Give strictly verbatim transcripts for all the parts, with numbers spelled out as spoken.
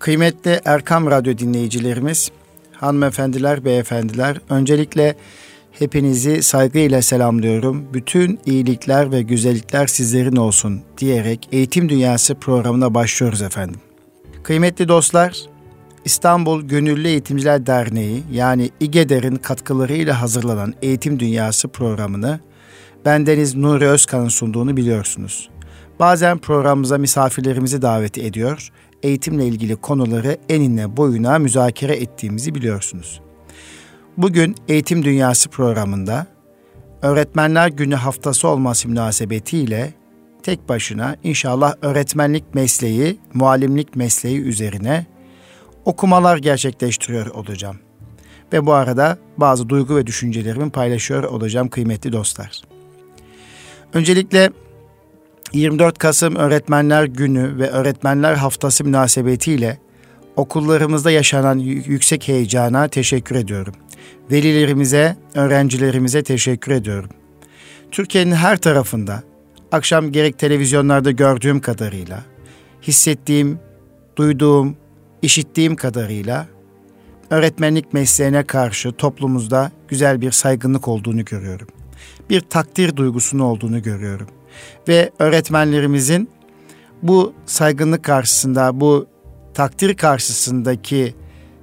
Kıymetli Erkam Radyo dinleyicilerimiz, hanımefendiler, beyefendiler, öncelikle hepinizi saygıyla selamlıyorum. Bütün iyilikler ve güzellikler sizlerin olsun diyerek Eğitim Dünyası programına başlıyoruz efendim. Kıymetli dostlar, İstanbul Gönüllü Eğitimciler Derneği yani İGEDER'in katkılarıyla hazırlanan Eğitim Dünyası programını bendeniz Nuri Özkan'ın sunduğunu biliyorsunuz. Bazen programımıza misafirlerimizi davet ediyor, eğitimle ilgili konuları enine boyuna müzakere ettiğimizi biliyorsunuz. Bugün Eğitim Dünyası programında Öğretmenler Günü haftası olması münasebetiyle tek başına inşallah öğretmenlik mesleği, muallimlik mesleği üzerine okumalar gerçekleştiriyor olacağım. Ve bu arada bazı duygu ve düşüncelerimi paylaşıyor olacağım kıymetli dostlar. Öncelikle yirmi dört Kasım Öğretmenler Günü ve Öğretmenler Haftası münasebetiyle okullarımızda yaşanan yüksek heyecana teşekkür ediyorum. Velilerimize, öğrencilerimize teşekkür ediyorum. Türkiye'nin her tarafında akşam gerek televizyonlarda gördüğüm kadarıyla, hissettiğim, duyduğum, işittiğim kadarıyla öğretmenlik mesleğine karşı toplumumuzda güzel bir saygınlık olduğunu görüyorum. Bir takdir duygusunun olduğunu görüyorum. Ve öğretmenlerimizin bu saygınlık karşısında, bu takdir karşısındaki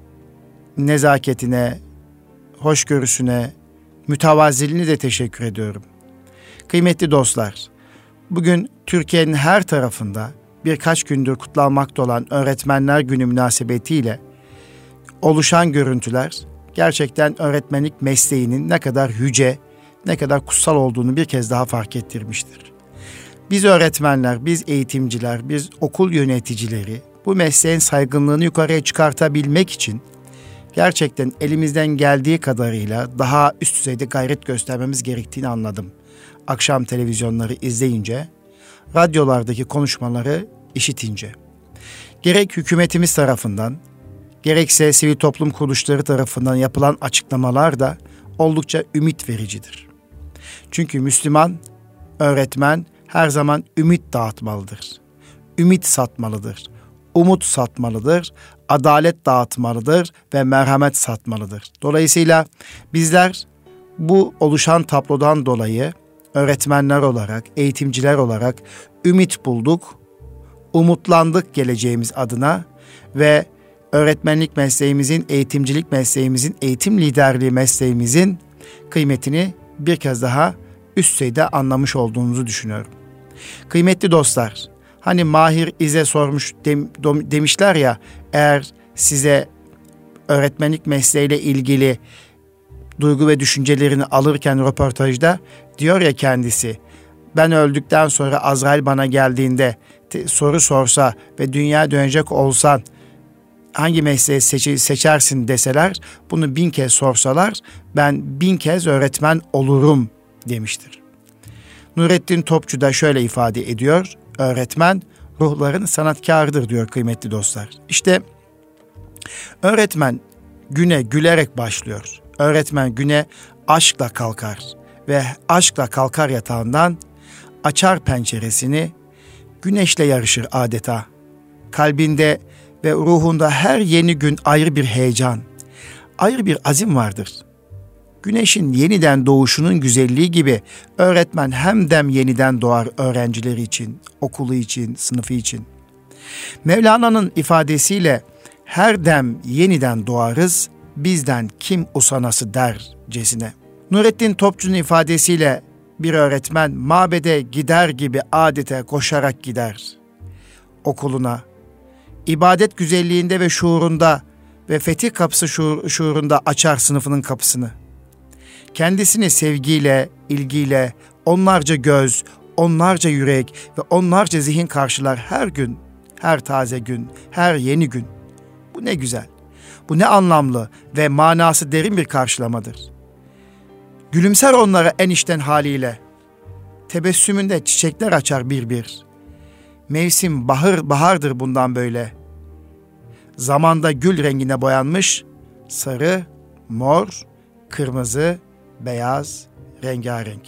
nezaketine, hoşgörüsüne, mütevaziliğine de teşekkür ediyorum. Kıymetli dostlar, bugün Türkiye'nin her tarafında birkaç gündür kutlanmakta olan Öğretmenler Günü münasebetiyle oluşan görüntüler gerçekten öğretmenlik mesleğinin ne kadar yüce, ne kadar kutsal olduğunu bir kez daha fark ettirmiştir. Biz öğretmenler, biz eğitimciler, biz okul yöneticileri bu mesleğin saygınlığını yukarıya çıkartabilmek için gerçekten elimizden geldiği kadarıyla daha üst düzeyde gayret göstermemiz gerektiğini anladım. Akşam televizyonları izleyince, radyolardaki konuşmaları işitince. Gerek hükümetimiz tarafından, gerekse sivil toplum kuruluşları tarafından yapılan açıklamalar da oldukça ümit vericidir. Çünkü Müslüman, öğretmen her zaman ümit dağıtmalıdır. Ümit satmalıdır. Umut satmalıdır. Adalet dağıtmalıdır ve merhamet satmalıdır. Dolayısıyla bizler bu oluşan tablodan dolayı öğretmenler olarak, eğitimciler olarak ümit bulduk, umutlandık geleceğimiz adına ve öğretmenlik mesleğimizin, eğitimcilik mesleğimizin, eğitim liderliği mesleğimizin kıymetini bir kez daha üst düzeyde anlamış olduğumuzu düşünüyorum. Kıymetli dostlar, hani Mahir İz'e sormuş dem, demişler ya, eğer size öğretmenlik mesleğiyle ilgili duygu ve düşüncelerini alırken röportajda diyor ya kendisi, ben öldükten sonra Azrail bana geldiğinde te, soru sorsa ve dünya dönecek olsan hangi mesleği seç- seçersin deseler, bunu bin kez sorsalar ben bin kez öğretmen olurum demiştir. Nurettin Topçu da şöyle ifade ediyor, öğretmen ruhların sanatkarıdır diyor kıymetli dostlar. İşte öğretmen güne gülerek başlıyor. Öğretmen güne aşkla kalkar ve aşkla kalkar yatağından, açar penceresini, güneşle yarışır adeta. Kalbinde ve ruhunda her yeni gün ayrı bir heyecan, ayrı bir azim vardır. Güneşin yeniden doğuşunun güzelliği gibi öğretmen hemdem yeniden doğar öğrencileri için, okulu için, sınıfı için. Mevlana'nın ifadesiyle her dem yeniden doğarız, bizden kim usanası dercesine. Nurettin Topçu'nun ifadesiyle bir öğretmen mabede gider gibi adeta koşarak gider okuluna. İbadet güzelliğinde ve şuurunda ve fetih kapısı şuur, şuurunda açar sınıfının kapısını. Kendisini sevgiyle, ilgiyle, onlarca göz, onlarca yürek ve onlarca zihin karşılar her gün, her taze gün, her yeni gün. Bu ne güzel, bu ne anlamlı ve manası derin bir karşılamadır. Gülümser onlara en içten haliyle. Tebessümünde çiçekler açar bir bir. Mevsim bahar, bahardır bundan böyle. Zamanda gül rengine boyanmış, sarı, mor, kırmızı, beyaz, rengarenk.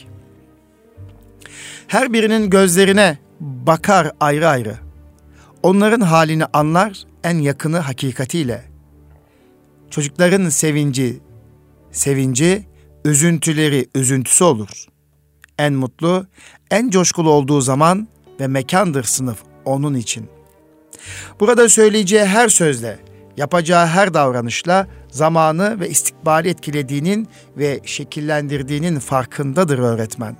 Her birinin gözlerine bakar ayrı ayrı. Onların halini anlar en yakını hakikatiyle. Çocukların sevinci, sevinci, üzüntüleri üzüntüsü olur. En mutlu, en coşkulu olduğu zaman ve mekandır sınıf onun için. Burada söyleyeceği her sözle, yapacağı her davranışla zamanı ve istikbali etkilediğinin ve şekillendirdiğinin farkındadır öğretmen.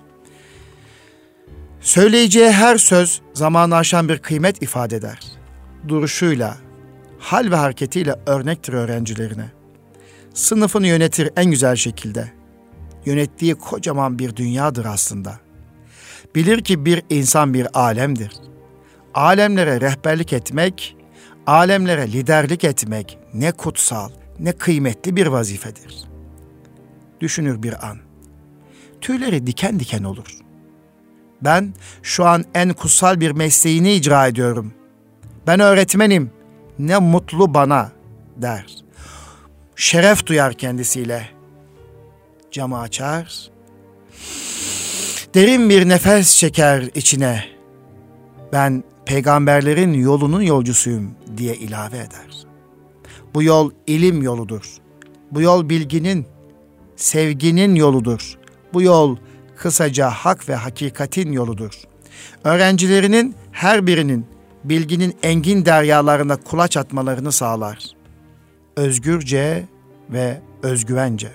Söyleyeceği her söz zamanı aşan bir kıymet ifade eder. Duruşuyla, hal ve hareketiyle örnektir öğrencilerine. Sınıfını yönetir en güzel şekilde. Yönettiği kocaman bir dünyadır aslında. Bilir ki bir insan bir alemdir. Alemlere rehberlik etmek, alemlere liderlik etmek ne kutsal, ne kıymetli bir vazifedir. Düşünür bir an. Tüyleri diken diken olur. Ben şu an en kutsal bir mesleğini icra ediyorum. Ben öğretmenim, ne mutlu bana der. Şeref duyar kendisiyle. Camı açar, derin bir nefes çeker içine. Ben peygamberlerin yolunun yolcusuyum diye ilave eder. Bu yol ilim yoludur. Bu yol bilginin, sevginin yoludur. Bu yol kısaca hak ve hakikatin yoludur. Öğrencilerinin her birinin bilginin engin deryalarına kulaç atmalarını sağlar. Özgürce ve özgüvence.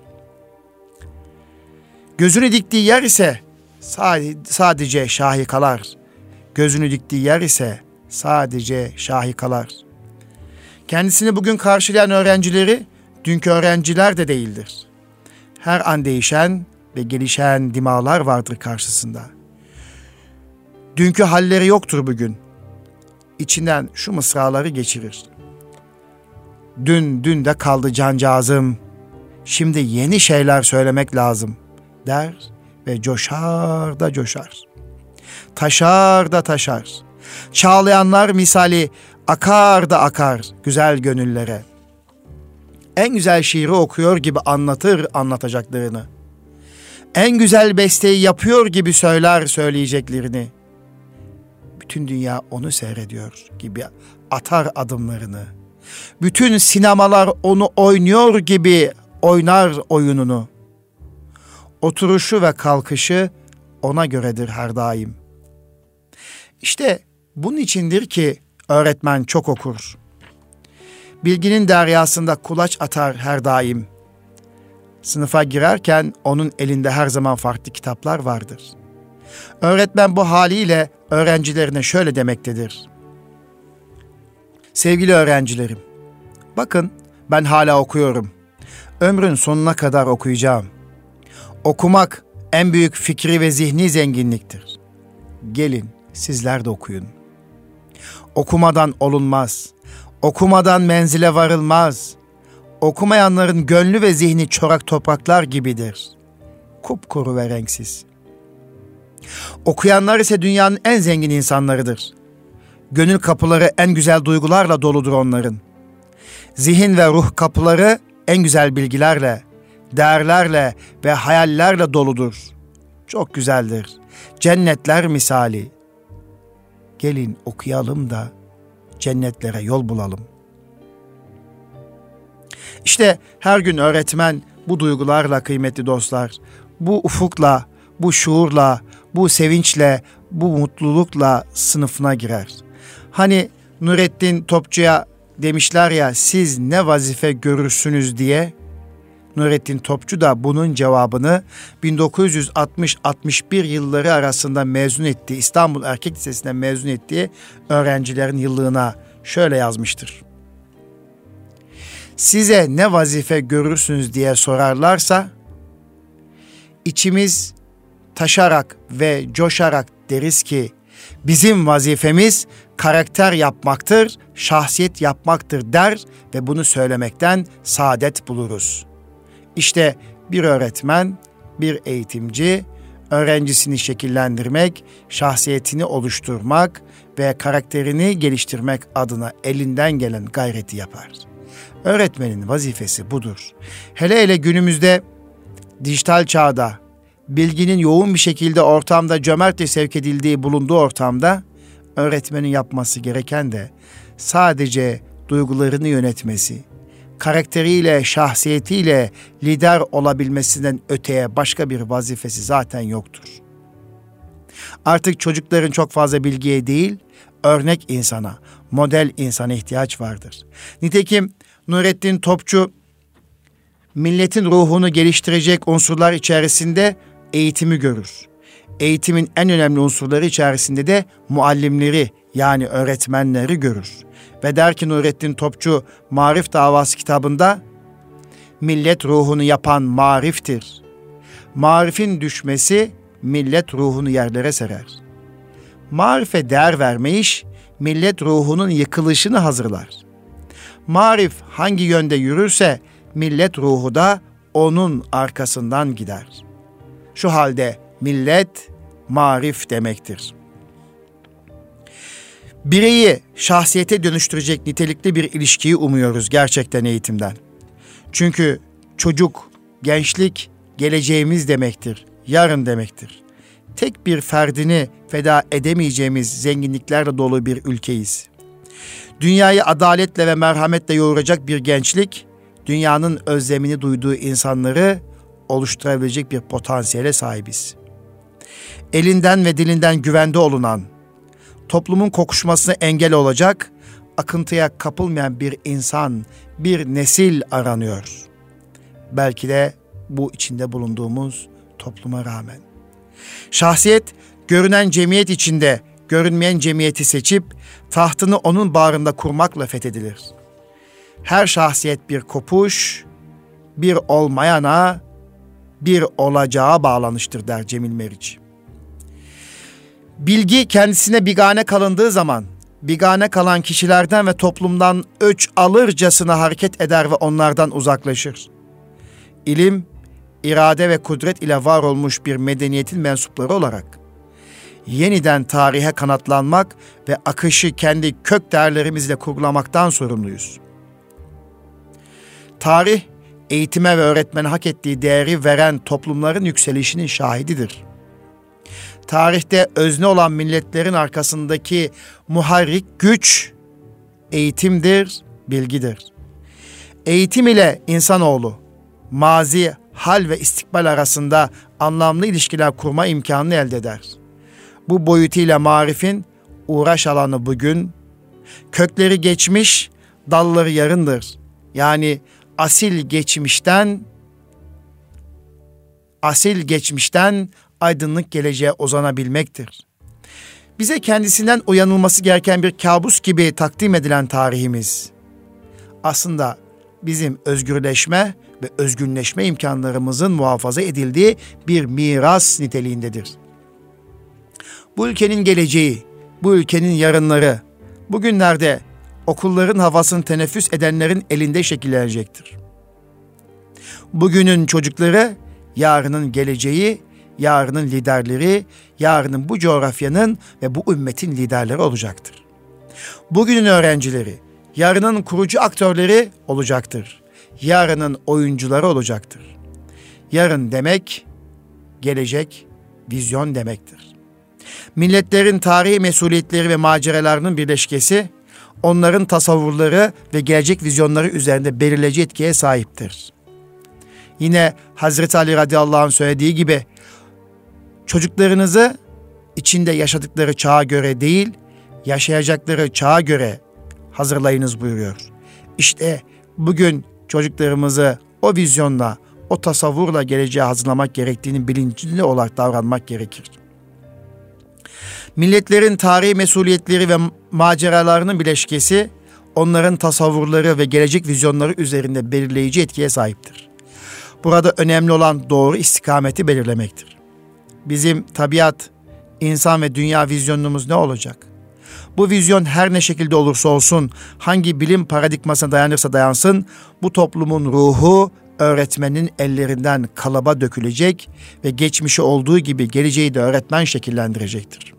Gözünü diktiği yer ise sadece şahikalar. Gözünü diktiği yer ise sadece şahikalar. Kendisini bugün karşılayan öğrencileri dünkü öğrenciler de değildir. Her an değişen ve gelişen dimağlar vardır karşısında. Dünkü halleri yoktur bugün. İçinden şu mısraları geçirir. Dün dün de kaldı cancağızım. Şimdi yeni şeyler söylemek lazım der ve coşar da coşar. Taşar da taşar. Çağlayanlar misali akar da akar güzel gönüllere. En güzel şiiri okuyor gibi anlatır anlatacaklarını. En güzel besteyi yapıyor gibi söyler söyleyeceklerini. Bütün dünya onu seyrediyor gibi atar adımlarını. Bütün sinemalar onu oynuyor gibi oynar oyununu. Oturuşu ve kalkışı ona göredir her daim. İşte bunun içindir ki öğretmen çok okur. Bilginin deryasında kulaç atar her daim. Sınıfa girerken onun elinde her zaman farklı kitaplar vardır. Öğretmen bu haliyle öğrencilerine şöyle demektedir. Sevgili öğrencilerim, bakın ben hala okuyorum. Ömrün sonuna kadar okuyacağım. Okumak en büyük fikri ve zihni zenginliktir. Gelin sizler de okuyun. Okumadan olunmaz. Okumadan menzile varılmaz. Okumayanların gönlü ve zihni çorak topraklar gibidir. Kupkuru ve renksiz. Okuyanlar ise dünyanın en zengin insanlarıdır. Gönül kapıları en güzel duygularla doludur onların. Zihin ve ruh kapıları en güzel bilgilerle, değerlerle ve hayallerle doludur. Çok güzeldir. Cennetler misali. Gelin okuyalım da cennetlere yol bulalım. İşte her gün öğretmen bu duygularla kıymetli dostlar, bu ufukla, bu şuurla, bu sevinçle, bu mutlulukla sınıfına girer. Hani Nurettin Topçu'ya demişler ya siz ne vazife görürsünüz diye. Nurettin Topçu da bunun cevabını bin dokuz yüz altmış altmış bir yılları arasında mezun ettiği, İstanbul Erkek Lisesi'nden mezun ettiği öğrencilerin yıllığına şöyle yazmıştır. Size ne vazife görürsünüz diye sorarlarsa, içimiz taşarak ve coşarak deriz ki, bizim vazifemiz karakter yapmaktır, şahsiyet yapmaktır der ve bunu söylemekten saadet buluruz. İşte bir öğretmen, bir eğitimci, öğrencisini şekillendirmek, şahsiyetini oluşturmak ve karakterini geliştirmek adına elinden gelen gayreti yapar. Öğretmenin vazifesi budur. Hele hele günümüzde dijital çağda, bilginin yoğun bir şekilde ortamda cömertçe sevk edildiği bulunduğu ortamda öğretmenin yapması gereken de sadece duygularını yönetmesi, karakteriyle, şahsiyetiyle lider olabilmesinden öteye başka bir vazifesi zaten yoktur. Artık çocukların çok fazla bilgiye değil, örnek insana, model insana ihtiyaç vardır. Nitekim Nurettin Topçu, milletin ruhunu geliştirecek unsurlar içerisinde eğitimi görür. Eğitimin en önemli unsurları içerisinde de muallimleri, yani öğretmenleri görür. Ve der ki Nurettin Topçu, Marif Davası kitabında, millet ruhunu yapan mariftir. Marifin düşmesi millet ruhunu yerlere serer. Marife değer vermeyiş, millet ruhunun yıkılışını hazırlar. Marif hangi yönde yürürse, millet ruhu da onun arkasından gider. Şu halde millet marif demektir. Bireyi şahsiyete dönüştürecek nitelikli bir ilişkiyi umuyoruz gerçekten eğitimden. Çünkü çocuk, gençlik geleceğimiz demektir, yarın demektir. Tek bir ferdini feda edemeyeceğimiz zenginliklerle dolu bir ülkeyiz. Dünyayı adaletle ve merhametle yoğuracak bir gençlik, dünyanın özlemini duyduğu insanları oluşturabilecek bir potansiyele sahibiz. Elinden ve dilinden güvende olunan, toplumun kokuşmasına engel olacak, akıntıya kapılmayan bir insan, bir nesil aranıyor. Belki de bu içinde bulunduğumuz topluma rağmen. Şahsiyet, görünen cemiyet içinde görünmeyen cemiyeti seçip tahtını onun bağrında kurmakla fethedilir. Her şahsiyet bir kopuş, bir olmayana, bir olacağa bağlanıştır der Cemil Meriç. Bilgi kendisine bigane kalındığı zaman, bigane kalan kişilerden ve toplumdan öç alırcasına hareket eder ve onlardan uzaklaşır. İlim, irade ve kudret ile var olmuş bir medeniyetin mensupları olarak, yeniden tarihe kanatlanmak ve akışı kendi kök değerlerimizle kurgulamaktan sorumluyuz. Tarih, eğitime ve öğretmene hak ettiği değeri veren toplumların yükselişinin şahididir. Tarihte özne olan milletlerin arkasındaki muharrik güç, eğitimdir, bilgidir. Eğitim ile insanoğlu, mazi, hal ve istikbal arasında anlamlı ilişkiler kurma imkanını elde eder. Bu boyutuyla marifin uğraş alanı bugün, kökleri geçmiş, dalları yarındır. Yani asil geçmişten, asil geçmişten aydınlık geleceğe uzanabilmektir. Bize kendisinden uyanılması gereken bir kabus gibi takdim edilen tarihimiz, aslında bizim özgürleşme ve özgünleşme imkanlarımızın muhafaza edildiği bir miras niteliğindedir. Bu ülkenin geleceği, bu ülkenin yarınları, bugünlerde okulların havasını teneffüs edenlerin elinde şekillenecektir. Bugünün çocukları, yarının geleceği, yarının liderleri, yarının bu coğrafyanın ve bu ümmetin liderleri olacaktır. Bugünün öğrencileri, yarının kurucu aktörleri olacaktır. Yarının oyuncuları olacaktır. Yarın demek, gelecek, vizyon demektir. Milletlerin tarihi mesuliyetleri ve maceralarının birleşkesi, onların tasavvurları ve gelecek vizyonları üzerinde belirleyici etkiye sahiptir. Yine Hazreti Ali radıyallahu anh söylediği gibi, çocuklarınızı içinde yaşadıkları çağa göre değil, yaşayacakları çağa göre hazırlayınız buyuruyor. İşte bugün çocuklarımızı o vizyonla, o tasavvurla geleceğe hazırlamak gerektiğinin bilincinde olarak davranmak gerekir. Milletlerin tarihi mesuliyetleri ve maceralarının bileşkesi, onların tasavvurları ve gelecek vizyonları üzerinde belirleyici etkiye sahiptir. Burada önemli olan doğru istikameti belirlemektir. Bizim tabiat, insan ve dünya vizyonumuz ne olacak? Bu vizyon her ne şekilde olursa olsun, hangi bilim paradigmasına dayanırsa dayansın, bu toplumun ruhu öğretmenin ellerinden kalıba dökülecek ve geçmişi olduğu gibi geleceği de öğretmen şekillendirecektir.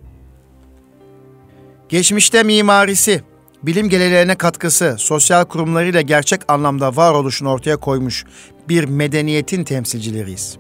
Geçmişte mimarisi, bilim geleneğine katkısı, sosyal kurumlarıyla gerçek anlamda varoluşunu ortaya koymuş bir medeniyetin temsilcileriyiz.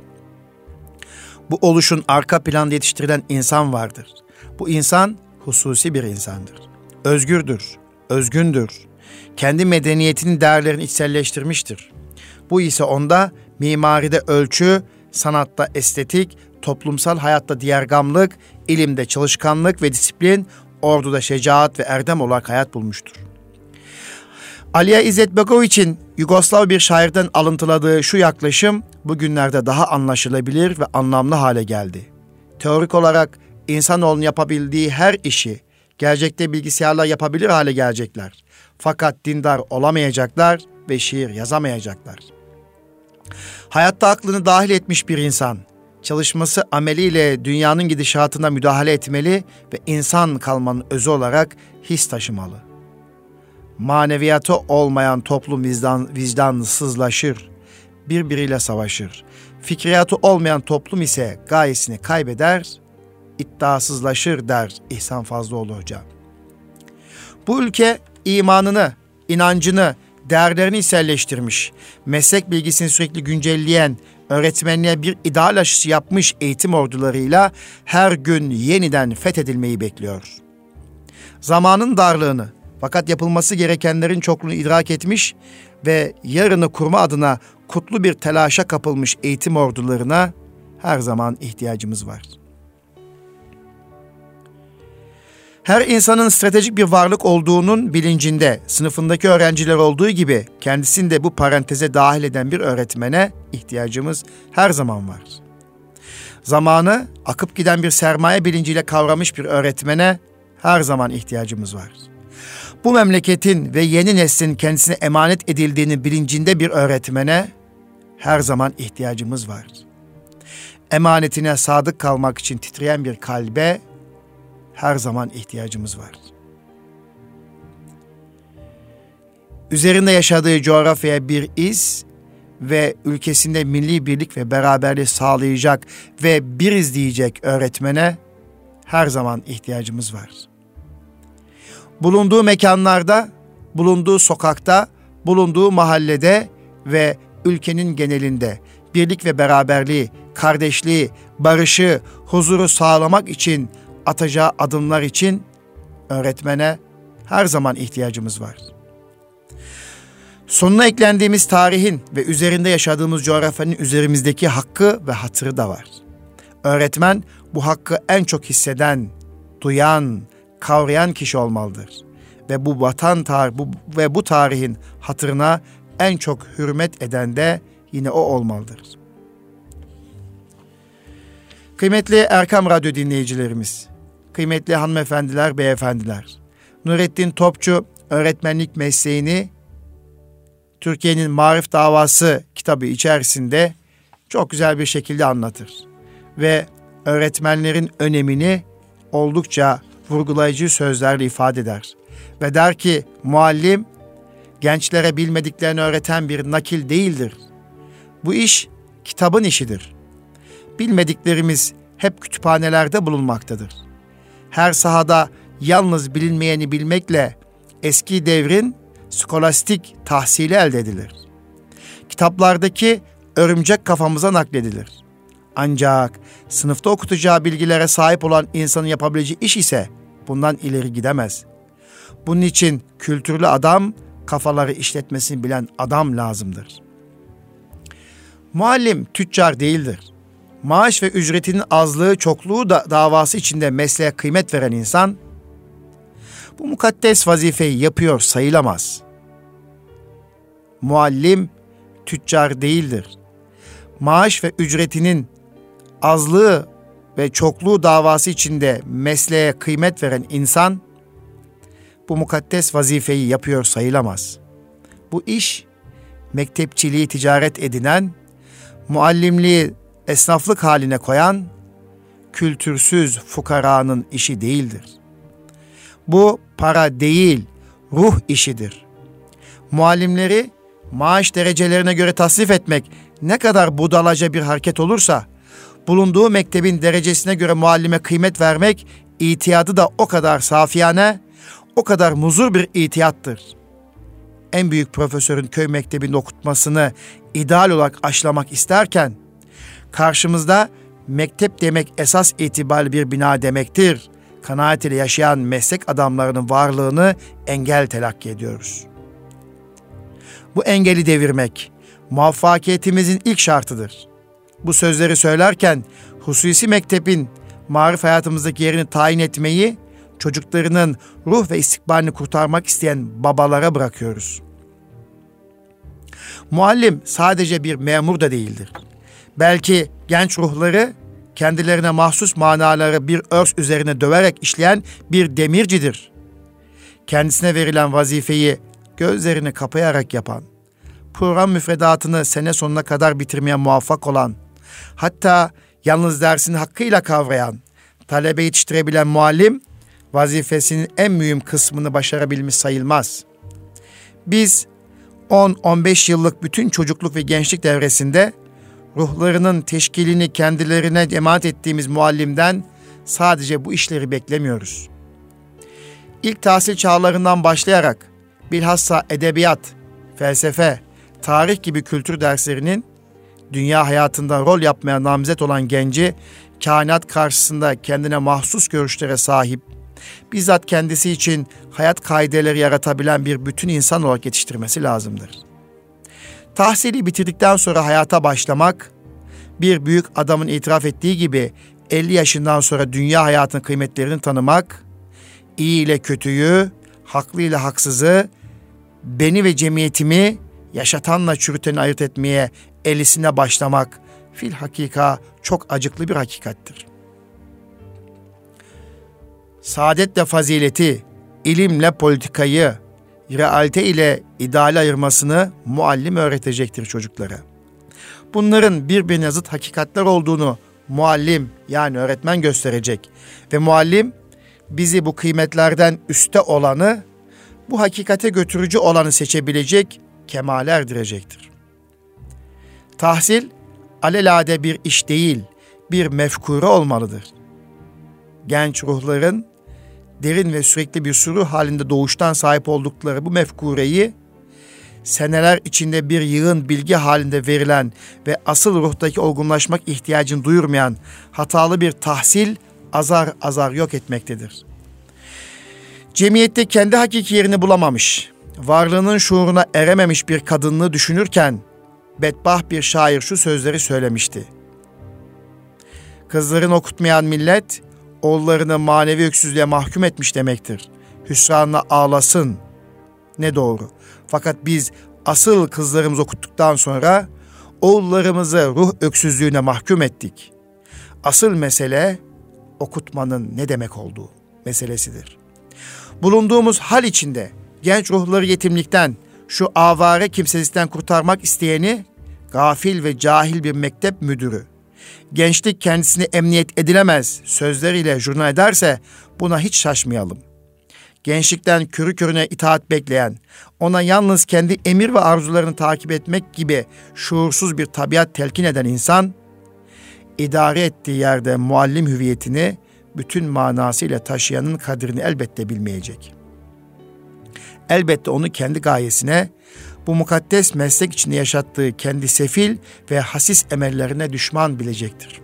Bu oluşun arka planda yetiştirilen insan vardır. Bu insan hususi bir insandır. Özgürdür, özgündür. Kendi medeniyetinin değerlerini içselleştirmiştir. Bu ise onda mimaride ölçü, sanatta estetik, toplumsal hayatta diğergamlık, ilimde çalışkanlık ve disiplin, orduda şecaat ve erdem olarak hayat bulmuştur. Alija İzetbegoviç'in Yugoslav bir şairden alıntıladığı şu yaklaşım bugünlerde daha anlaşılabilir ve anlamlı hale geldi. Teorik olarak insanoğlunun yapabildiği her işi gelecekte bilgisayarlar yapabilir hale gelecekler. Fakat dindar olamayacaklar ve şiir yazamayacaklar. Hayatta aklını dahil etmiş bir insan, çalışması ameliyle dünyanın gidişatına müdahale etmeli ve insan kalmanın özü olarak his taşımalı. Maneviyatı olmayan toplum vicdan, vicdansızlaşır, birbiriyle savaşır. Fikriyatı olmayan toplum ise gayesini kaybeder, iddiasızlaşır der İhsan Fazlıoğlu Hoca. Bu ülke imanını, inancını, değerlerini içselleştirmiş, meslek bilgisini sürekli güncelleyen, öğretmenliğe bir ideal aşısı yapmış eğitim ordularıyla her gün yeniden fethedilmeyi bekliyor. Zamanın darlığını, fakat yapılması gerekenlerin çokluğunu idrak etmiş ve yarını kurma adına kutlu bir telaşa kapılmış eğitim ordularına her zaman ihtiyacımız var. Her insanın stratejik bir varlık olduğunun bilincinde sınıfındaki öğrenciler olduğu gibi kendisini de bu paranteze dahil eden bir öğretmene ihtiyacımız her zaman var. Zamanı akıp giden bir sermaye bilinciyle kavramış bir öğretmene her zaman ihtiyacımız var. Bu memleketin ve yeni neslin kendisine emanet edildiğini bilincinde bir öğretmene her zaman ihtiyacımız var. Emanetine sadık kalmak için titreyen bir kalbe her zaman ihtiyacımız var. Üzerinde yaşadığı coğrafyaya bir iz ve ülkesinde milli birlik ve beraberliği sağlayacak ve biriz diyecek öğretmene her zaman ihtiyacımız var. Bulunduğu mekanlarda, bulunduğu sokakta, bulunduğu mahallede ve ülkenin genelinde birlik ve beraberliği, kardeşliği, barışı, huzuru sağlamak için atacağı adımlar için öğretmene her zaman ihtiyacımız var. Sonuna eklendiğimiz tarihin ve üzerinde yaşadığımız coğrafyanın üzerimizdeki hakkı ve hatırı da var. Öğretmen bu hakkı en çok hisseden, duyan, kavrayan kişi olmalıdır. Ve bu vatan tarih bu, ve bu tarihin hatırına en çok hürmet eden de yine o olmalıdır. Kıymetli Erkam Radyo dinleyicilerimiz, kıymetli hanımefendiler, beyefendiler, Nurettin Topçu öğretmenlik mesleğini Türkiye'nin Marif Davası kitabı içerisinde çok güzel bir şekilde anlatır. Ve öğretmenlerin önemini oldukça vurgulayıcı sözlerle ifade eder. Ve der ki muallim gençlere bilmediklerini öğreten bir nakil değildir. Bu iş kitabın işidir. Bilmediklerimiz hep kütüphanelerde bulunmaktadır. Her sahada yalnız bilinmeyeni bilmekle eski devrin skolastik tahsili elde edilir. Kitaplardaki örümcek kafamıza nakledilir. Ancak sınıfta okutacağı bilgilere sahip olan insanın yapabileceği iş ise bundan ileri gidemez. Bunun için kültürlü adam, kafaları işletmesini bilen adam lazımdır. Muallim tüccar değildir. Maaş ve ücretinin azlığı, çokluğu da davası içinde mesleğe kıymet veren insan, bu mukaddes vazifeyi yapıyor sayılamaz. Muallim tüccar değildir. Maaş ve ücretinin azlığı ve çokluğu davası içinde mesleğe kıymet veren insan, bu mukaddes vazifeyi yapıyor sayılamaz. Bu iş, mektepçiliği ticaret edinen, muallimliği esnaflık haline koyan, kültürsüz fukaranın işi değildir. Bu para değil, ruh işidir. Muallimleri maaş derecelerine göre tasnif etmek ne kadar budalaca bir hareket olursa, bulunduğu mektebin derecesine göre muallime kıymet vermek, itiyadı da o kadar safiyane, o kadar muzur bir itiyattır. En büyük profesörün köy mektebinde okutmasını ideal olarak aşılamak isterken, karşımızda mektep demek esas itibariyle bir bina demektir. kanaat ile yaşayan meslek adamlarının varlığını engel telakki ediyoruz. Bu engeli devirmek muvaffakiyetimizin ilk şartıdır. Bu sözleri söylerken hususi mektebin marif hayatımızdaki yerini tayin etmeyi çocuklarının ruh ve istikbalini kurtarmak isteyen babalara bırakıyoruz. Muallim sadece bir memur da değildir. Belki genç ruhları kendilerine mahsus manaları bir örs üzerine döverek işleyen bir demircidir. Kendisine verilen vazifeyi gözlerini kapayarak yapan, program müfredatını sene sonuna kadar bitirmeye muvaffak olan, hatta yalnız dersini hakkıyla kavrayan, talebe yetiştirebilen muallim, vazifesinin en mühim kısmını başarabilmiş sayılmaz. Biz on on beş yıllık bütün çocukluk ve gençlik devresinde ruhlarının teşkilini kendilerine emanet ettiğimiz muallimden sadece bu işleri beklemiyoruz. İlk tahsil çağlarından başlayarak bilhassa edebiyat, felsefe, tarih gibi kültür derslerinin dünya hayatında rol yapmaya namzet olan genci kainat karşısında kendine mahsus görüşlere sahip, bizzat kendisi için hayat kaideleri yaratabilen bir bütün insan olarak yetiştirmesi lazımdır. Tahsili bitirdikten sonra hayata başlamak, bir büyük adamın itiraf ettiği gibi elli yaşından sonra dünya hayatının kıymetlerini tanımak, iyi ile kötüyü, haklı ile haksızı, beni ve cemiyetimi yaşatanla çürüteni ayırt etmeye ellisine başlamak fil hakika çok acıklı bir hakikattir. Saadetle fazileti, ilimle politikayı, realite ile ideali ayırmasını muallim öğretecektir çocuklara. Bunların birbirine zıt hakikatler olduğunu muallim yani öğretmen gösterecek ve muallim bizi bu kıymetlerden üste olanı, bu hakikate götürücü olanı seçebilecek, kemale erdirecektir. Tahsil, alelade bir iş değil, bir mefkure olmalıdır. Genç ruhların derin ve sürekli bir sürü halinde doğuştan sahip oldukları bu mefkureyi, seneler içinde bir yığın bilgi halinde verilen ve asıl ruhtaki olgunlaşmak ihtiyacını duyurmayan hatalı bir tahsil azar azar yok etmektedir. Cemiyette kendi hakiki yerini bulamamış, varlığının şuuruna erememiş bir kadınlığı düşünürken bedbaht bir şair şu sözleri söylemişti. Kızlarını okutmayan millet, oğullarını manevi öksüzlüğe mahkum etmiş demektir. Hüsranla ağlasın. Ne doğru. Fakat biz asıl kızlarımızı okuttuktan sonra oğullarımızı ruh öksüzlüğüne mahkum ettik. Asıl mesele okutmanın ne demek olduğu meselesidir. Bulunduğumuz hal içinde genç ruhları yetimlikten, şu avare kimsesizlikten kurtarmak isteyeni gafil ve cahil bir mektep müdürü, gençlik kendisini emniyet edilemez sözleriyle jurna ederse buna hiç şaşmayalım. Gençlikten körü körüne itaat bekleyen, ona yalnız kendi emir ve arzularını takip etmek gibi şuursuz bir tabiat telkin eden insan, idare ettiği yerde muallim hüviyetini bütün manasıyla taşıyanın kadrini elbette bilmeyecek. Elbette onu kendi gayesine, bu mukaddes meslek içinde yaşattığı kendi sefil ve hasis emellerine düşman bilecektir.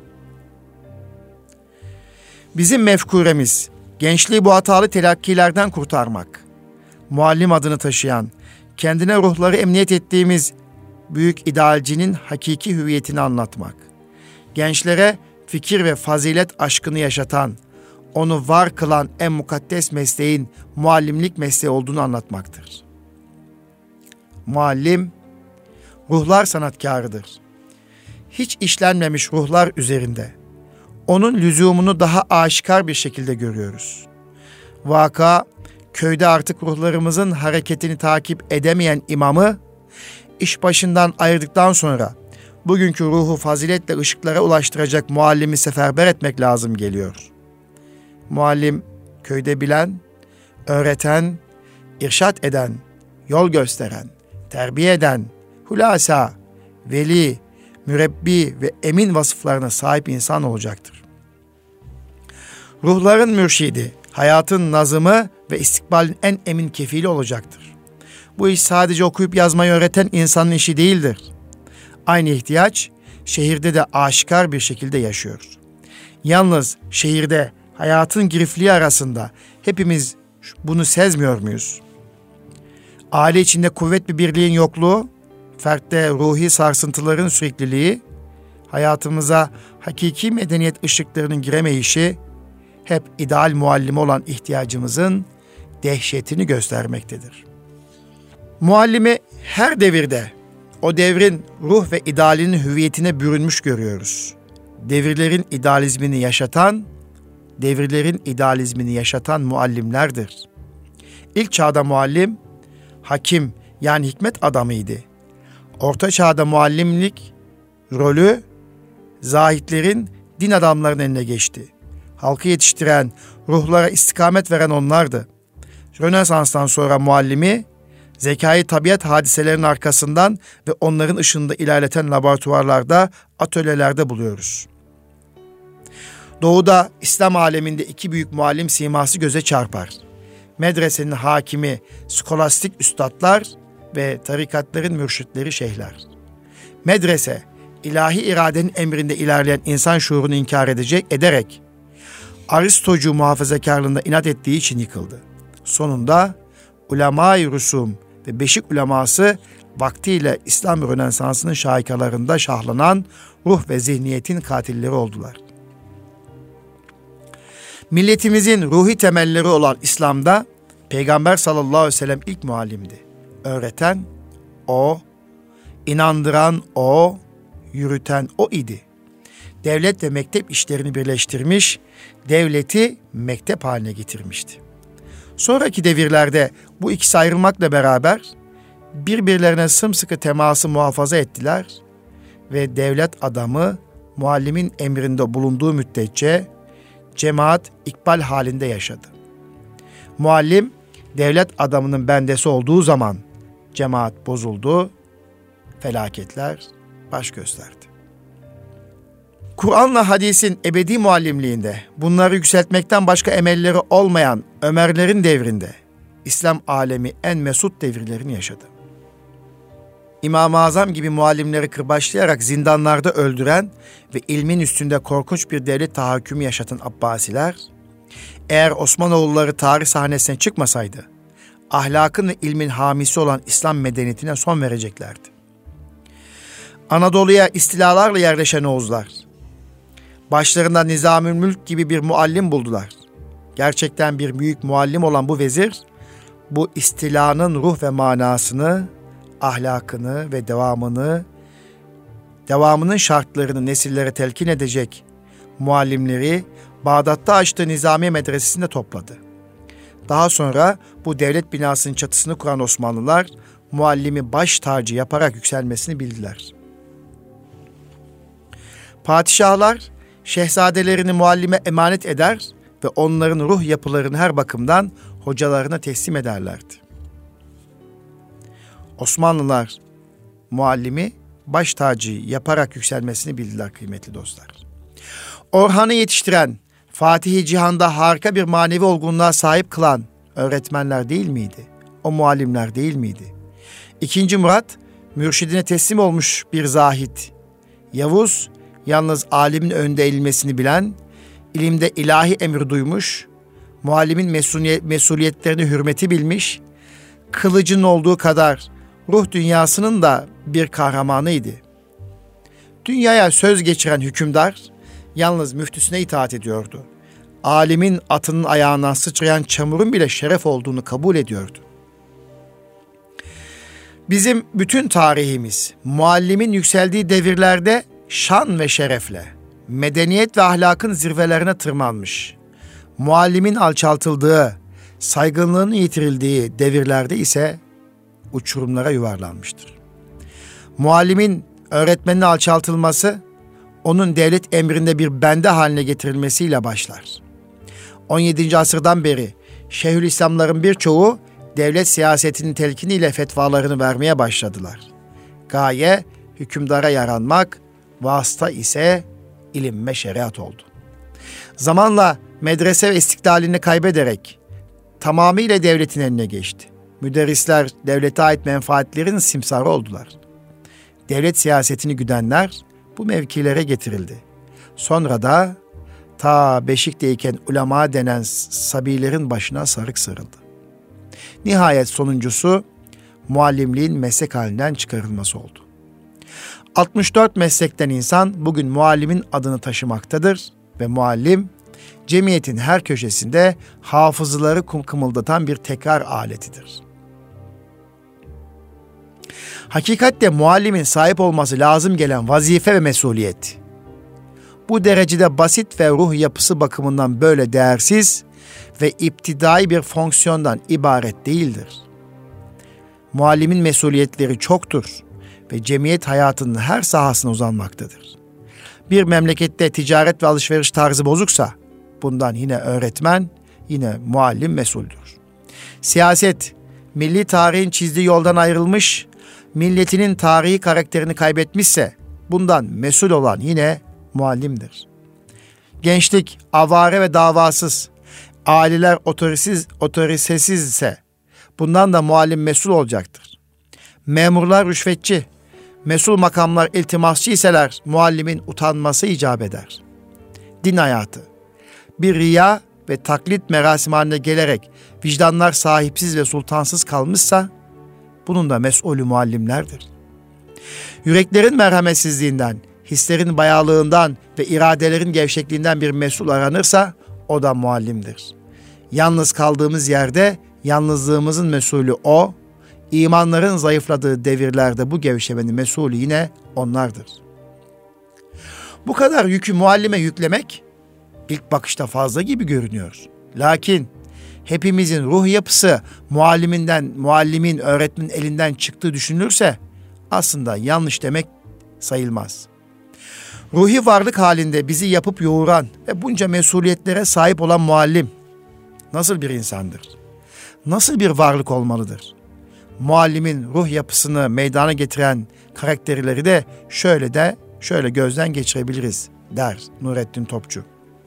Bizim mefkuremiz, gençliği bu hatalı telakkilerden kurtarmak, muallim adını taşıyan, kendine ruhları emniyet ettiğimiz büyük idealcinin hakiki hüviyetini anlatmak, gençlere fikir ve fazilet aşkını yaşatan, onu var kılan en mukaddes mesleğin muallimlik mesleği olduğunu anlatmaktır. Muallim, ruhlar sanatkarıdır. Hiç işlenmemiş ruhlar üzerinde onun lüzumunu daha aşikar bir şekilde görüyoruz. Vaka, köyde artık ruhlarımızın hareketini takip edemeyen imamı, iş başından ayırdıktan sonra bugünkü ruhu faziletle ışıklara ulaştıracak muallimi seferber etmek lazım geliyor. Muallim, köyde bilen, öğreten, irşat eden, yol gösteren, terbiye eden, hulasa, veli, mürebbi ve emin vasıflarına sahip insan olacaktır. Ruhların mürşidi, hayatın nazımı ve istikbalin en emin kefili olacaktır. Bu iş sadece okuyup yazmayı öğreten insanın işi değildir. Aynı ihtiyaç şehirde de aşikar bir şekilde yaşıyor. Yalnız şehirde hayatın girifliği arasında hepimiz bunu sezmiyor muyuz? Aile içinde kuvvet bir birliğin yokluğu, fertte ruhi sarsıntıların sürekliliği, hayatımıza hakiki medeniyet ışıklarının giremeyişi, hep ideal muallime olan ihtiyacımızın dehşetini göstermektedir. Muallimi her devirde o devrin ruh ve idealinin hüviyetine bürünmüş görüyoruz. Devirlerin idealizmini yaşatan, devirlerin idealizmini yaşatan muallimlerdir. İlk çağda muallim, hakim yani hikmet adamıydı. Orta çağda muallimlik rolü zahitlerin, din adamlarının eline geçti. Halkı yetiştiren, ruhlara istikamet veren onlardı. Rönesans'tan sonra muallimi, zekayı tabiat hadiselerinin arkasından ve onların ışığında ilerleten laboratuvarlarda, atölyelerde buluyoruz. Doğuda, İslam aleminde iki büyük muallim siması göze çarpar. Medresenin hakimi, skolastik üstadlar ve tarikatların mürşitleri şeyhler. Medrese, ilahi iradenin emrinde ilerleyen insan şuurunu inkar edecek, ederek Aristocu muhafazakarlığında inat ettiği için yıkıldı. Sonunda ulema-i rusum ve beşik uleması vaktiyle İslam Rönesansı'nın şahikalarında şahlanan ruh ve zihniyetin katilleri oldular. Milletimizin ruhi temelleri olan İslam'da Peygamber sallallahu aleyhi ve sellem ilk muallimdi. Öğreten o, inandıran o, yürüten o idi. Devlet ve mektep işlerini birleştirmiş, devleti mektep haline getirmişti. Sonraki devirlerde bu ikisi ayrılmakla beraber birbirlerine sımsıkı teması muhafaza ettiler ve devlet adamı muallimin emrinde bulunduğu müddetçe cemaat ikbal halinde yaşadı. Muallim devlet adamının bendesi olduğu zaman cemaat bozuldu, felaketler baş gösterdi. Kur'an'la hadisin ebedi muallimliğinde bunları yükseltmekten başka emelleri olmayan Ömerlerin devrinde İslam alemi en mesut devirlerini yaşadı. İmam-ı Azam gibi muallimleri kırbaçlayarak zindanlarda öldüren ve ilmin üstünde korkunç bir devlet tahakkümü yaşatan Abbasiler, eğer Osmanoğulları tarih sahnesine çıkmasaydı, ahlakın ve ilmin hamisi olan İslam medeniyetine son vereceklerdi. Anadolu'ya istilalarla yerleşen Oğuzlar, başlarında Nizamül Mülk gibi bir muallim buldular. Gerçekten bir büyük muallim olan bu vezir, bu istilanın ruh ve manasını, ahlakını ve devamını, devamının şartlarını nesillere telkin edecek muallimleri Bağdat'ta açtığı Nizamiye Medresesi'nde topladı. Daha sonra bu devlet binasının çatısını kuran Osmanlılar, muallimi baş tacı yaparak yükselmesini bildiler. Padişahlar, şehzadelerini muallime emanet eder ve onların ruh yapılarını her bakımdan hocalarına teslim ederlerdi. Osmanlılar muallimi baş tacı yaparak yükselmesini bildiler kıymetli dostlar. Orhan'ı yetiştiren, Fatih-i Cihan'da harika bir manevi olgunluğa sahip kılan öğretmenler değil miydi? O muallimler değil miydi? İkinci Murat, mürşidine teslim olmuş bir zahit. Yavuz, yalnız alimin önde eğilmesini bilen, ilimde ilahi emir duymuş, muallimin mesuliyet, mesuliyetlerini hürmeti bilmiş, kılıcın olduğu kadar ruh dünyasının da bir kahramanıydı. Dünyaya söz geçiren hükümdar, yalnız müftüsüne itaat ediyordu. Alimin atının ayağına sıçrayan çamurun bile şeref olduğunu kabul ediyordu. Bizim bütün tarihimiz, muallimin yükseldiği devirlerde şan ve şerefle, medeniyet ve ahlakın zirvelerine tırmanmış. Muallimin alçaltıldığı, saygınlığının yitirildiği devirlerde ise uçurumlara yuvarlanmıştır. Muallimin öğretmenin alçaltılması, onun devlet emrinde bir bende haline getirilmesiyle başlar. on yedinci asırdan beri Şeyhülislamların birçoğu devlet siyasetinin telkiniyle fetvalarını vermeye başladılar. Gaye hükümdara yaranmak, vasıta ise ilim ve şeriat oldu. Zamanla medrese ve istiklalini kaybederek tamamıyla devletin eline geçti. Müderrisler devlete ait menfaatlerin simsarı oldular. Devlet siyasetini güdenler bu mevkilere getirildi. Sonra da ta Beşik'teyken ulema denen sabilerin başına sarık sarıldı. Nihayet sonuncusu muallimliğin meslek halinden çıkarılması oldu. altmış dört meslekten insan bugün muallimin adını taşımaktadır ve muallim cemiyetin her köşesinde hafızıları kımıldatan bir tekrar aletidir. Hakikatte muallimin sahip olması lazım gelen vazife ve mesuliyet, bu derecede basit ve ruh yapısı bakımından böyle değersiz ve iptidai bir fonksiyondan ibaret değildir. Muallimin mesuliyetleri çoktur ve cemiyet hayatının her sahasına uzanmaktadır. Bir memlekette ticaret ve alışveriş tarzı bozuksa, bundan yine öğretmen, yine muallim mesuldür. Siyaset, milli tarihin çizdiği yoldan ayrılmış, milletinin tarihi karakterini kaybetmişse, bundan mesul olan yine muallimdir. Gençlik avare ve davasız, aileler otorisiz, otorisesiz ise bundan da muallim mesul olacaktır. Memurlar rüşvetçi, mesul makamlar iltimasçı iseler muallimin utanması icap eder. Din hayatı, bir riya ve taklit merasim haline gelerek vicdanlar sahipsiz ve sultansız kalmışsa bunun da mesulü muallimlerdir. Yüreklerin merhametsizliğinden, hislerin bayağılığından ve iradelerin gevşekliğinden bir mesul aranırsa o da muallimdir. Yalnız kaldığımız yerde yalnızlığımızın mesulü o, imanların zayıfladığı devirlerde bu gevşemenin mesulü yine onlardır. Bu kadar yükü muallime yüklemek ilk bakışta fazla gibi görünüyor. Lakin hepimizin ruh yapısı mualliminden, muallimin, öğretmenin elinden çıktığı düşünülürse aslında yanlış demek sayılmaz. Ruhi varlık halinde bizi yapıp yoğuran ve bunca mesuliyetlere sahip olan muallim nasıl bir insandır? Nasıl bir varlık olmalıdır? Muallimin ruh yapısını meydana getiren karakterleri de şöyle de şöyle gözden geçirebiliriz der Nurettin Topçu.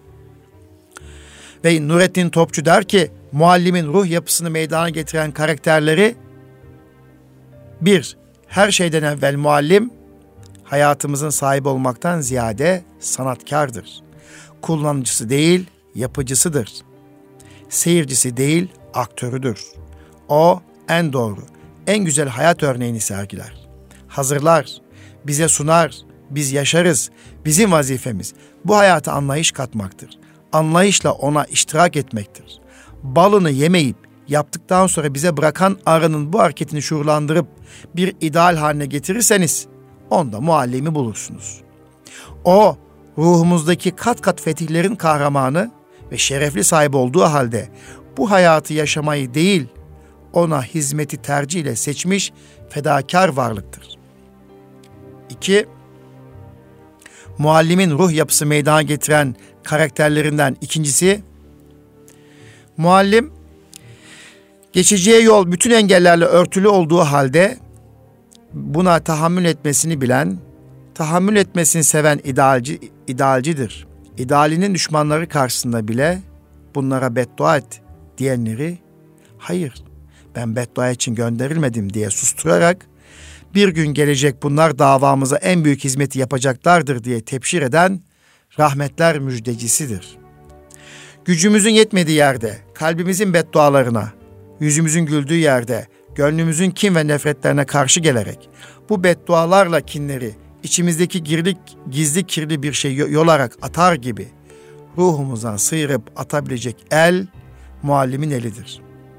Ve Nurettin Topçu der ki muallimin ruh yapısını meydana getiren karakterleri bir, her şeyden evvel muallim hayatımızın sahibi olmaktan ziyade sanatkardır. Kullanıcısı değil, yapıcısıdır. Seyircisi değil, aktörüdür. O en doğru, en güzel hayat örneğini sergiler. Hazırlar, bize sunar, biz yaşarız. Bizim vazifemiz bu hayata anlayış katmaktır. Anlayışla ona iştirak etmektir. Balını yemeyip yaptıktan sonra bize bırakan arının bu hareketini şuurlandırıp bir ideal haline getirirseniz onda muallimi bulursunuz. O ruhumuzdaki kat kat fetihlerin kahramanı ve şerefli sahibi olduğu halde bu hayatı yaşamayı değil, ona hizmeti tercihle seçmiş fedakar varlıktır. İki, muallimin ruh yapısı meydana getiren karakterlerinden ikincisi, muallim geçeceği yol bütün engellerle örtülü olduğu halde buna tahammül etmesini bilen, tahammül etmesini seven idealci, idealcidir. İdealinin düşmanları karşısında bile bunlara beddua et diyenleri, hayır ben beddua için gönderilmedim diye susturarak bir gün gelecek bunlar davamıza en büyük hizmeti yapacaklardır diye tebşir eden rahmetler müjdecisidir. Gücümüzün yetmediği yerde, kalbimizin beddualarına, yüzümüzün güldüğü yerde, gönlümüzün kin ve nefretlerine karşı gelerek bu beddualarla kinleri içimizdeki girlik, gizli kirli bir şey yolarak atar gibi ruhumuzdan sıyırıp atabilecek el muallimin elidir.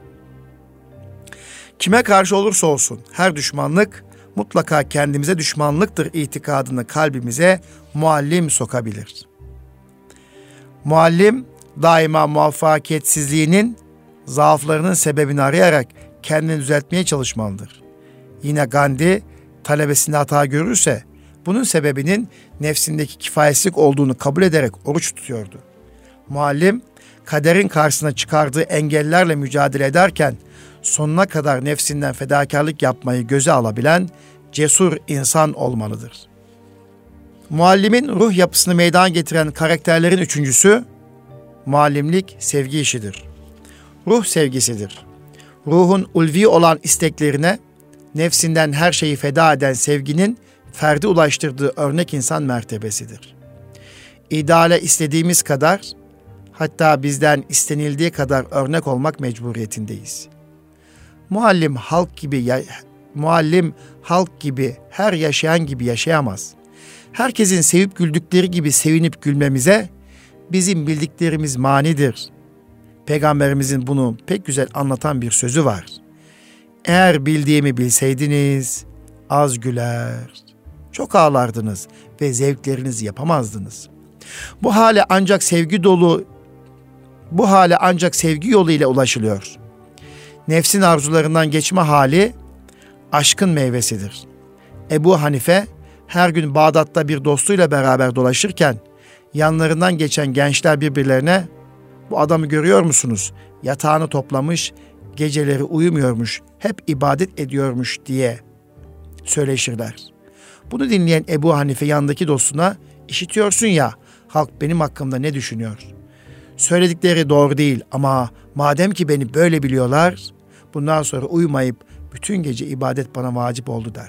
Kime karşı olursa olsun her düşmanlık mutlaka kendimize düşmanlıktır itikadını kalbimize muallim sokabilir. Muallim daima muvaffakiyetsizliğinin, zaaflarının sebebini arayarak kendini düzeltmeye çalışmalıdır. Yine Gandhi talebesinde hata görürse bunun sebebinin nefsindeki kifayetsizlik olduğunu kabul ederek oruç tutuyordu. Muallim kaderin karşısına çıkardığı engellerle mücadele ederken sonuna kadar nefsinden fedakarlık yapmayı göze alabilen cesur insan olmalıdır. Muallimin ruh yapısını meydana getiren karakterlerin üçüncüsü, muallimlik sevgi işidir. Ruh sevgisidir. Ruhun ulvi olan isteklerine nefsinden her şeyi feda eden sevginin ferdi ulaştırdığı örnek insan mertebesidir. ideale istediğimiz kadar, hatta bizden istenildiği kadar örnek olmak mecburiyetindeyiz. Muallim halk gibi ya, muallim halk gibi her yaşayan gibi yaşayamaz. Herkesin sevip güldükleri gibi sevinip gülmemize bizim bildiklerimiz manidir. Peygamberimizin bunu pek güzel anlatan bir sözü var. Eğer bildiğimi bilseydiniz az güler, çok ağlardınız ve zevklerinizi yapamazdınız. Bu hale ancak sevgi dolu, bu hale ancak sevgi yoluyla ulaşılıyor. Nefsin arzularından geçme hali aşkın meyvesidir. Ebu Hanife her gün Bağdat'ta bir dostuyla beraber dolaşırken yanlarından geçen gençler birbirlerine "Bu adamı görüyor musunuz? Yatağını toplamış, geceleri uyumuyormuş, hep ibadet ediyormuş" diye söyleşirler. Bunu dinleyen Ebu Hanife yanındaki dostuna "İşitiyorsun ya, halk benim hakkımda ne düşünüyor? Söyledikleri doğru değil ama madem ki beni böyle biliyorlar, bundan sonra uyumayıp bütün gece ibadet bana vacip oldu" der.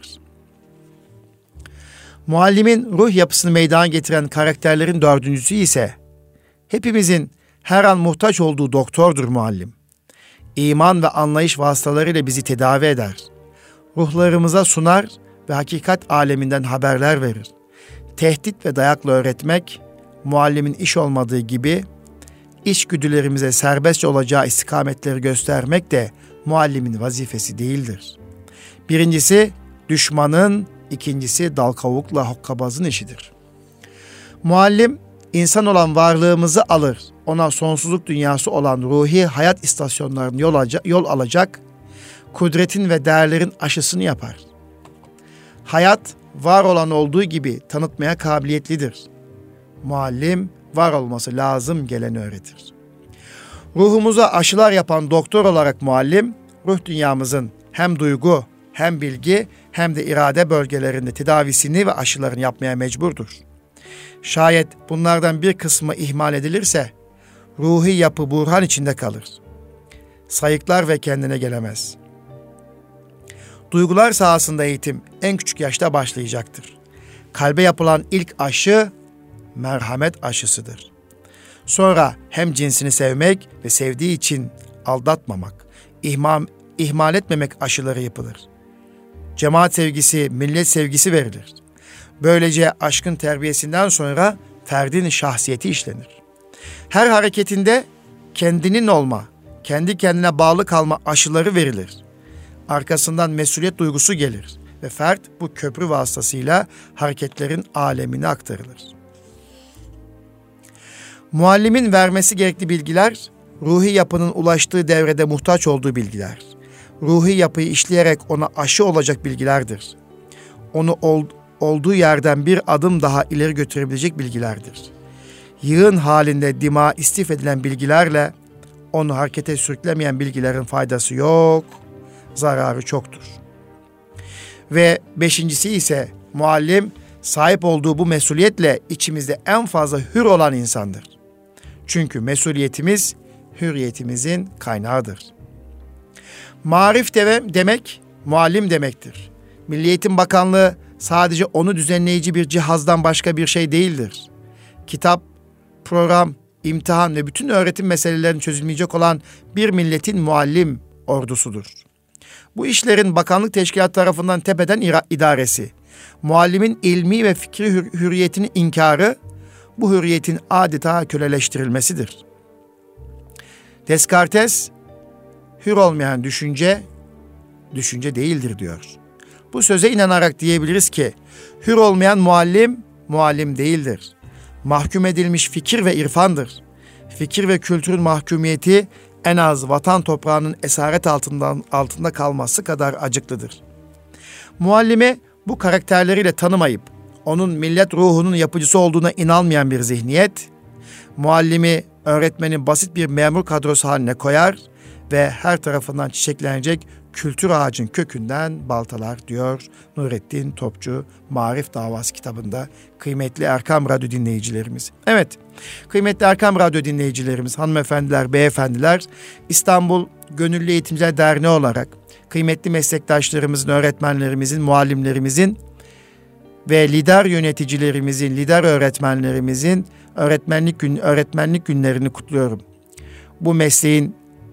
Muallimin ruh yapısını meydana getiren karakterlerin dördüncüsü ise hepimizin her an muhtaç olduğu doktordur muallim. İman ve anlayış vasıtalarıyla bizi tedavi eder. Ruhlarımıza sunar ve hakikat aleminden haberler verir. Tehdit ve dayakla öğretmek, muallimin iş olmadığı gibi içgüdülerimize serbestçe olacağı istikametleri göstermek de muallimin vazifesi değildir. Birincisi düşmanın, ikincisi dal kavukla hokkabazın işidir. Muallim, insan olan varlığımızı alır, ona sonsuzluk dünyası olan ruhi hayat istasyonlarını yol, alacak, yol alacak, kudretin ve değerlerin aşısını yapar. Hayat, var olan olduğu gibi tanıtmaya kabiliyetlidir. Muallim, var olması lazım geleni öğretir. Ruhumuza aşılar yapan doktor olarak muallim, ruh dünyamızın hem duygu, hem bilgi, hem de irade bölgelerinde tedavisini ve aşılarını yapmaya mecburdur. Şayet bunlardan bir kısmı ihmal edilirse, ruhi yapı burhan içinde kalır. Sayıklar ve kendine gelemez. Duygular sahasında eğitim en küçük yaşta başlayacaktır. Kalbe yapılan ilk aşı, merhamet aşısıdır. Sonra hem cinsini sevmek ve sevdiği için aldatmamak, ihmal, ihmal etmemek aşıları yapılır. Cemaat sevgisi, millet sevgisi verilir. Böylece aşkın terbiyesinden sonra ferdin şahsiyeti işlenir. Her hareketinde kendinin olma, kendi kendine bağlı kalma aşıları verilir. Arkasından mesuliyet duygusu gelir ve fert bu köprü vasıtasıyla hareketlerin alemine aktarılır. Muallimin vermesi gerekli bilgiler, ruhi yapının ulaştığı devrede muhtaç olduğu bilgiler. Ruhi yapıyı işleyerek ona aşı olacak bilgilerdir. Onu ol, olduğu yerden bir adım daha ileri götürebilecek bilgilerdir. Yığın halinde dima istif edilen bilgilerle onu harekete sürüklemeyen bilgilerin faydası yok, zararı çoktur. Ve beşincisi ise muallim sahip olduğu bu mesuliyetle içimizde en fazla hür olan insandır. Çünkü mesuliyetimiz hürriyetimizin kaynağıdır. Marif demek muallim demektir. Milli Eğitim Bakanlığı sadece onu düzenleyici bir cihazdan başka bir şey değildir. Kitap, program, imtihan ve bütün öğretim meselelerini çözülmeyecek olan bir milletin muallim ordusudur. Bu işlerin bakanlık teşkilatı tarafından tepeden idaresi, muallimin ilmi ve fikri hür- hürriyetini inkarı, bu hürriyetin adeta köleleştirilmesidir. Descartes, hür olmayan düşünce, düşünce değildir diyor. Bu söze inanarak diyebiliriz ki, hür olmayan muallim, muallim değildir. Mahkum edilmiş fikir ve irfandır. Fikir ve kültürün mahkumiyeti en az vatan toprağının esaret altından, altında kalması kadar acıklıdır. Muallimi bu karakterleriyle tanımayıp, onun millet ruhunun yapıcısı olduğuna inanmayan bir zihniyet, muallimi öğretmenin basit bir memur kadrosu haline koyar ve her tarafından çiçeklenecek kültür ağacın kökünden baltalar diyor Nurettin Topçu Marif Davası kitabında kıymetli Erkam Radyo dinleyicilerimiz. Evet, kıymetli Erkam Radyo dinleyicilerimiz, hanımefendiler, beyefendiler, İstanbul Gönüllü Eğitimciler Derneği olarak kıymetli meslektaşlarımızın, öğretmenlerimizin, muallimlerimizin ve lider yöneticilerimizin, lider öğretmenlerimizin öğretmenlik gün öğretmenlik günlerini kutluyorum. Bu mesleğin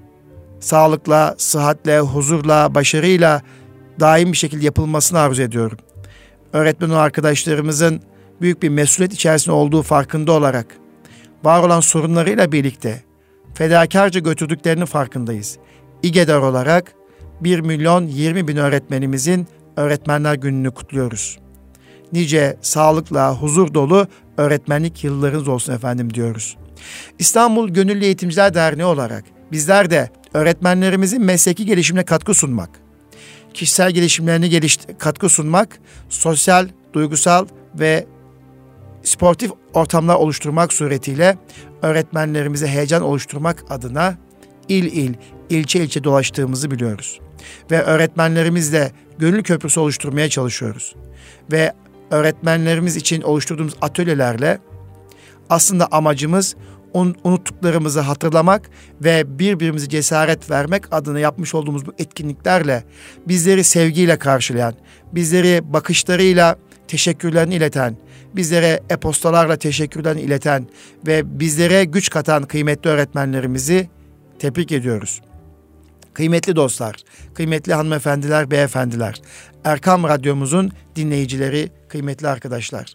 sağlıkla, sıhhatle, huzurla, başarıyla daim bir şekilde yapılmasını arzu ediyorum. Öğretmen arkadaşlarımızın büyük bir mesuliyet içerisinde olduğu farkında olarak, var olan sorunlarıyla birlikte fedakarca götürdüklerinin farkındayız. İGEDER olarak bir milyon yirmi bin öğretmenimizin Öğretmenler Günü'nü kutluyoruz. Nice sağlıkla, huzur dolu öğretmenlik yıllarınız olsun efendim diyoruz. İstanbul Gönüllü Eğitimciler Derneği olarak bizler de öğretmenlerimizin mesleki gelişimine katkı sunmak, kişisel gelişimlerine geliş, katkı sunmak, sosyal, duygusal ve sportif ortamlar oluşturmak suretiyle öğretmenlerimize heyecan oluşturmak adına il il, ilçe ilçe dolaştığımızı biliyoruz. Ve öğretmenlerimizle gönül köprüsü oluşturmaya çalışıyoruz. Ve öğretmenlerimiz için oluşturduğumuz atölyelerle aslında amacımız unuttuklarımızı hatırlamak ve birbirimize cesaret vermek adına yapmış olduğumuz bu etkinliklerle bizleri sevgiyle karşılayan, bizleri bakışlarıyla teşekkürlerini ileten, bizlere e-postalarla teşekkürlerini ileten ve bizlere güç katan kıymetli öğretmenlerimizi tebrik ediyoruz. Kıymetli dostlar, kıymetli hanımefendiler, beyefendiler, Erkam Radyomuzun dinleyicileri, kıymetli arkadaşlar.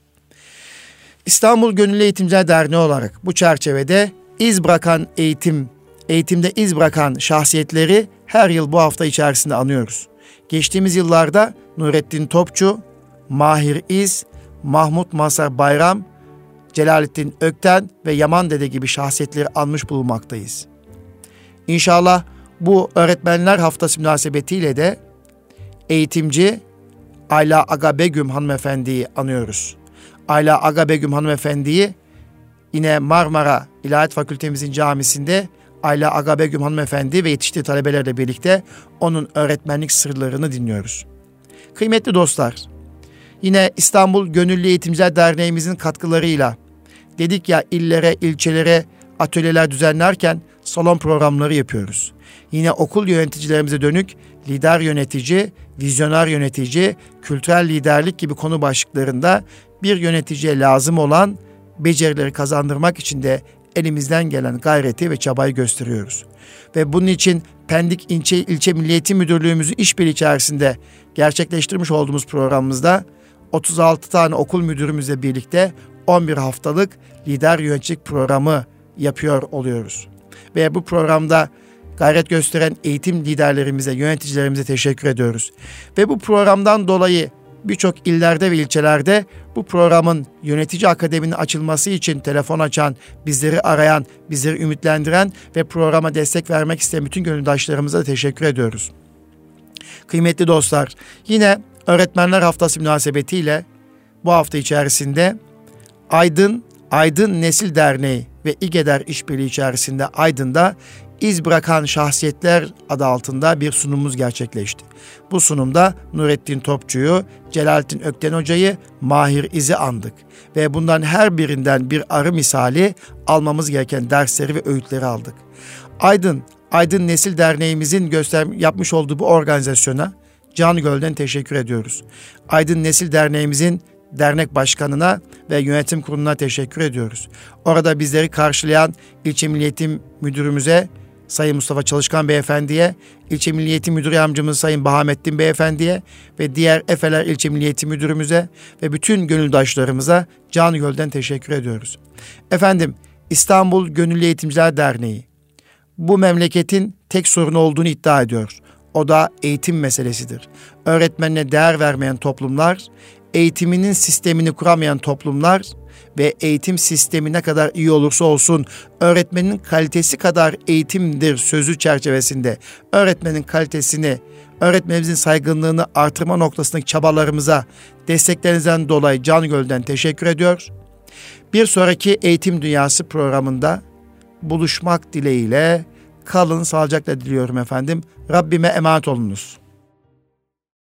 İstanbul Gönüllü Eğitimciler Derneği olarak bu çerçevede iz bırakan eğitim, eğitimde iz bırakan şahsiyetleri her yıl bu hafta içerisinde anıyoruz. Geçtiğimiz yıllarda Nurettin Topçu, Mahir İz, Mahmut Mazhar Bayram, Celalettin Ökten ve Yaman Dede gibi şahsiyetleri anmış bulunmaktayız. İnşallah bu Öğretmenler Haftası münasebetiyle de eğitimci Ayla Agabegüm hanımefendiyi anıyoruz. Ayla Agabegüm hanımefendiyi yine Marmara İlahiyat Fakültemizin camisinde Ayla Agabegüm hanımefendi ve yetiştiği talebelerle birlikte onun öğretmenlik sırlarını dinliyoruz. Kıymetli dostlar, yine İstanbul Gönüllü Eğitimciler Derneğimizin katkılarıyla dedik ya, illere, ilçelere atölyeler düzenlerken salon programları yapıyoruz. Yine okul yöneticilerimize dönük lider yönetici, vizyoner yönetici, kültürel liderlik gibi konu başlıklarında bir yöneticiye lazım olan becerileri kazandırmak için de elimizden gelen gayreti ve çabayı gösteriyoruz. Ve bunun için Pendik İlçe, İlçe Milli Eğitim Müdürlüğümüzün işbirliği içerisinde gerçekleştirmiş olduğumuz programımızda otuz altı tane okul müdürümüzle birlikte on bir haftalık lider yöneticilik programı yapıyor oluyoruz. Ve bu programda gayret gösteren eğitim liderlerimize, yöneticilerimize teşekkür ediyoruz. Ve bu programdan dolayı birçok illerde ve ilçelerde bu programın yönetici akademinin açılması için telefon açan, bizleri arayan, bizleri ümitlendiren ve programa destek vermek isteyen bütün gönüldaşlarımıza da teşekkür ediyoruz. Kıymetli dostlar, yine Öğretmenler Haftası münasebetiyle bu hafta içerisinde Aydın, Aydın Nesil Derneği ve İGEDER işbirliği içerisinde Aydın'da İz Bırakan Şahsiyetler adı altında bir sunumumuz gerçekleşti. Bu sunumda Nurettin Topçu'yu, Celalettin Ökten Hoca'yı, Mahir İz'i andık. Ve bundan her birinden bir arı misali almamız gereken dersleri ve öğütleri aldık. Aydın, Aydın Nesil Derneğimizin göster yapmış olduğu bu organizasyona canı gönülden teşekkür ediyoruz. Aydın Nesil Derneğimizin dernek başkanına ve yönetim kuruluna teşekkür ediyoruz. Orada bizleri karşılayan İlçe Milli Eğitim Müdürümüze, Sayın Mustafa Çalışkan Beyefendi'ye, İlçe Milli Eğitim Müdür Yardımcımız Sayın Bahamettin Beyefendi'ye ve diğer Efeler İlçe Milli Eğitim Müdürümüze ve bütün gönüldaşlarımıza canı gönülden teşekkür ediyoruz. Efendim, İstanbul Gönüllü Eğitimciler Derneği bu memleketin tek sorunu olduğunu iddia ediyor. O da eğitim meselesidir. Öğretmenine değer vermeyen toplumlar, eğitiminin sistemini kuramayan toplumlar ve eğitim sistemi ne kadar iyi olursa olsun öğretmenin kalitesi kadar eğitimdir sözü çerçevesinde öğretmenin kalitesini, öğretmenimizin saygınlığını artırma noktasındaki çabalarımıza desteklerinizden dolayı canı gönülden teşekkür ediyor. Bir sonraki Eğitim Dünyası programında buluşmak dileğiyle kalın sağlıcakla diliyorum efendim. Rabbime emanet olunuz.